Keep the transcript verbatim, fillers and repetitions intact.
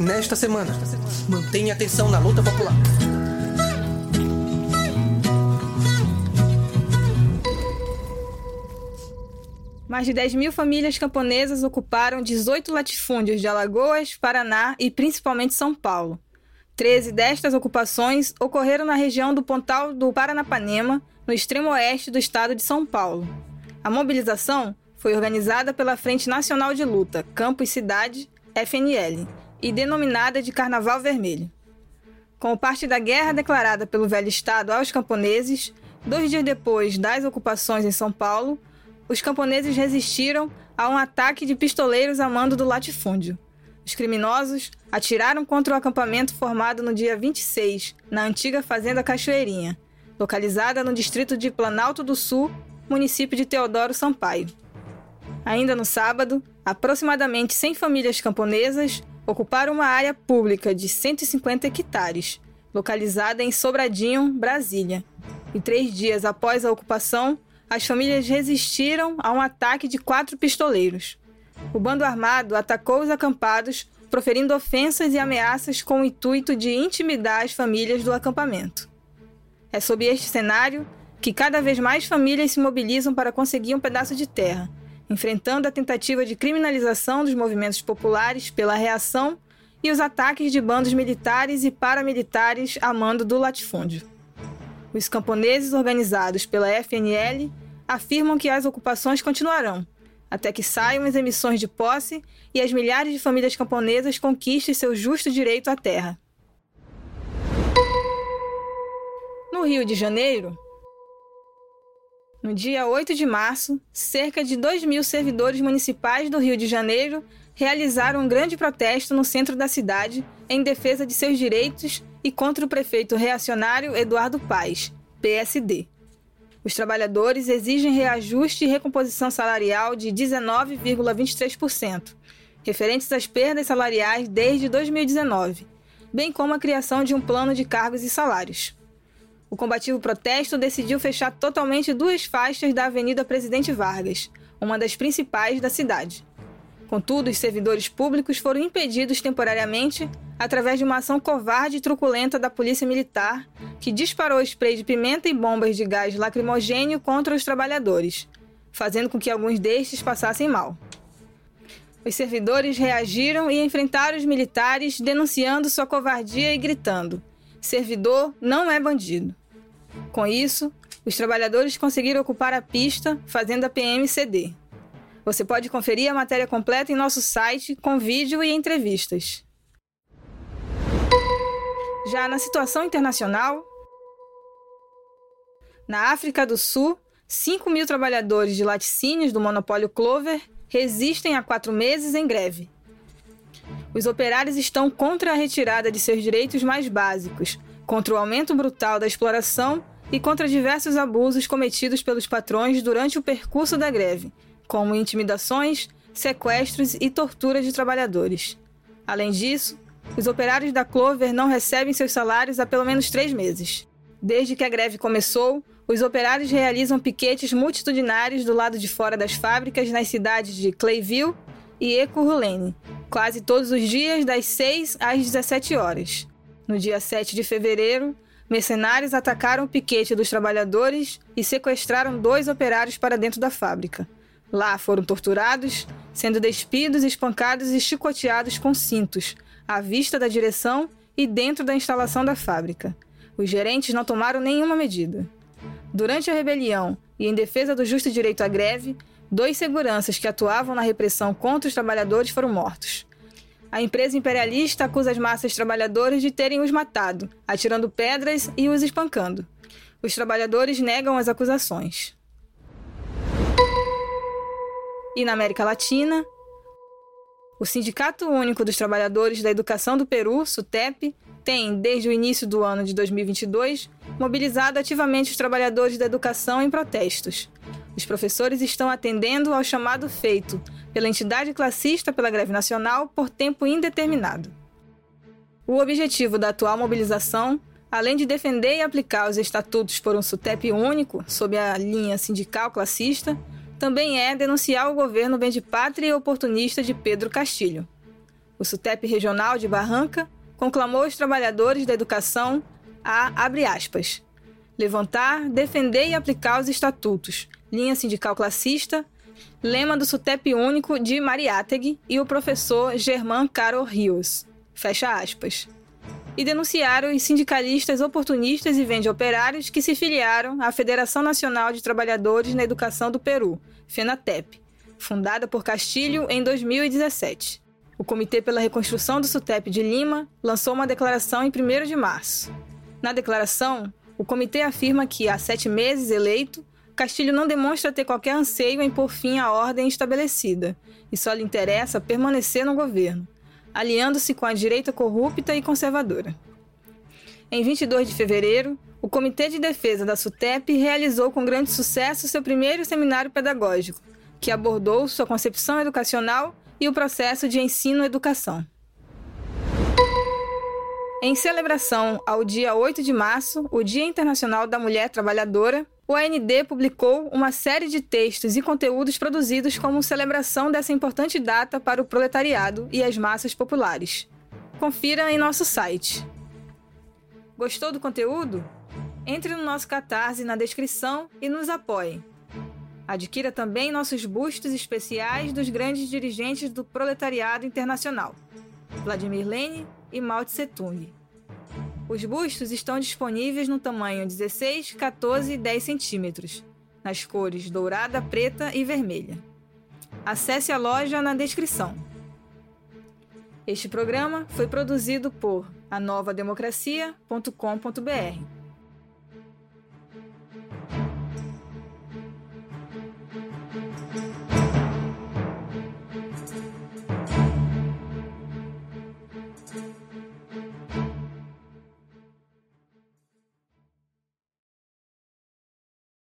nesta semana. Mantenha atenção na luta popular. Mais de dez mil famílias camponesas ocuparam dezoito latifúndios de Alagoas, Paraná e principalmente São Paulo. Treze destas ocupações ocorreram na região do Pontal do Paranapanema, no extremo oeste do estado de São Paulo. A mobilização foi organizada pela Frente Nacional de Luta, Campo e Cidade, F N L, e denominada de Carnaval Vermelho. Como parte da guerra declarada pelo velho Estado aos camponeses, dois dias depois das ocupações em São Paulo, os camponeses resistiram a um ataque de pistoleiros a mando do latifúndio. Os criminosos atiraram contra o acampamento formado no dia vinte e seis, na antiga Fazenda Cachoeirinha, localizada no distrito de Planalto do Sul, município de Teodoro Sampaio. Ainda no sábado, aproximadamente cem famílias camponesas ocuparam uma área pública de cento e cinquenta hectares, localizada em Sobradinho, Brasília. E três dias após a ocupação, as famílias resistiram a um ataque de quatro pistoleiros. O bando armado atacou os acampados, proferindo ofensas e ameaças com o intuito de intimidar as famílias do acampamento. É sob este cenário que cada vez mais famílias se mobilizam para conseguir um pedaço de terra, enfrentando a tentativa de criminalização dos movimentos populares pela reação e os ataques de bandos militares e paramilitares a mando do latifúndio. Os camponeses organizados pela F N L afirmam que as ocupações continuarão, até que saiam as emissões de posse e as milhares de famílias camponesas conquistem seu justo direito à terra. No Rio de Janeiro, no dia oito de março, cerca de dois mil servidores municipais do Rio de Janeiro realizaram um grande protesto no centro da cidade em defesa de seus direitos e contra o prefeito reacionário Eduardo Paes, P S D. Os trabalhadores exigem reajuste e recomposição salarial de dezenove vírgula vinte e três por cento, referentes às perdas salariais desde dois mil e dezenove, bem como a criação de um plano de cargos e salários. O combativo protesto decidiu fechar totalmente duas faixas da Avenida Presidente Vargas, uma das principais da cidade. Contudo, os servidores públicos foram impedidos temporariamente através de uma ação covarde e truculenta da Polícia Militar, que disparou spray de pimenta e bombas de gás lacrimogêneo contra os trabalhadores, fazendo com que alguns destes passassem mal. Os servidores reagiram e enfrentaram os militares, denunciando sua covardia e gritando: "Servidor não é bandido". Com isso, os trabalhadores conseguiram ocupar a pista, fazendo a P M ceder. Você pode conferir a matéria completa em nosso site, com vídeo e entrevistas. Já na situação internacional, na África do Sul, cinco mil trabalhadores de laticínios do monopólio Clover resistem há quatro meses em greve. Os operários estão contra a retirada de seus direitos mais básicos, contra o aumento brutal da exploração e contra diversos abusos cometidos pelos patrões durante o percurso da greve, como intimidações, sequestros e tortura de trabalhadores. Além disso, os operários da Clover não recebem seus salários há pelo menos três meses. Desde que a greve começou, os operários realizam piquetes multitudinários do lado de fora das fábricas nas cidades de Clayville e Ekurhuleni, quase todos os dias das seis às dezessete horas. No dia sete de fevereiro, mercenários atacaram o piquete dos trabalhadores e sequestraram dois operários para dentro da fábrica. Lá foram torturados, sendo despidos, espancados e chicoteados com cintos, à vista da direção e dentro da instalação da fábrica. Os gerentes não tomaram nenhuma medida. Durante a rebelião e em defesa do justo direito à greve, dois seguranças que atuavam na repressão contra os trabalhadores foram mortos. A empresa imperialista acusa as massas trabalhadoras de terem os matado, atirando pedras e os espancando. Os trabalhadores negam as acusações. E na América Latina, o Sindicato Único dos Trabalhadores da Educação do Peru, SUTEP, tem, desde o início do ano de dois mil e vinte e dois, mobilizado ativamente os trabalhadores da educação em protestos. Os professores estão atendendo ao chamado feito pela entidade classista pela greve nacional por tempo indeterminado. O objetivo da atual mobilização, além de defender e aplicar os estatutos por um SUTEP único, sob a linha sindical classista, também é denunciar o governo bem-de-pátria e oportunista de Pedro Castilho. O SUTEP Regional de Barranca conclamou os trabalhadores da educação a, abre aspas, levantar, defender e aplicar os estatutos, linha sindical classista, lema do SUTEP Único de Mariátegui e o professor Germán Caro Rios, fecha aspas. E denunciaram os sindicalistas oportunistas e vende-operários que se filiaram à Federação Nacional de Trabalhadores na Educação do Peru, FENATEP, fundada por Castilho em dois mil e dezessete. O Comitê pela Reconstrução do SUTEP de Lima lançou uma declaração em primeiro de março. Na declaração, o comitê afirma que, há sete meses eleito, Castilho não demonstra ter qualquer anseio em pôr fim à ordem estabelecida e só lhe interessa permanecer no governo, aliando-se com a direita corrupta e conservadora. Em vinte e dois de fevereiro, o Comitê de Defesa da SUTEP realizou com grande sucesso seu primeiro seminário pedagógico, que abordou sua concepção educacional e o processo de ensino-educação. Em celebração ao dia oito de março, o Dia Internacional da Mulher Trabalhadora, o A N D publicou uma série de textos e conteúdos produzidos como celebração dessa importante data para o proletariado e as massas populares. Confira em nosso site. Gostou do conteúdo? Entre no nosso Catarse na descrição e nos apoie. Adquira também nossos bustos especiais dos grandes dirigentes do proletariado internacional, Vladimir Lenin e Mao Tse Tung. Os bustos estão disponíveis no tamanho dezesseis, quatorze e dez centímetros, nas cores dourada, preta e vermelha. Acesse a loja na descrição. Este programa foi produzido por a nova democracia ponto com ponto br.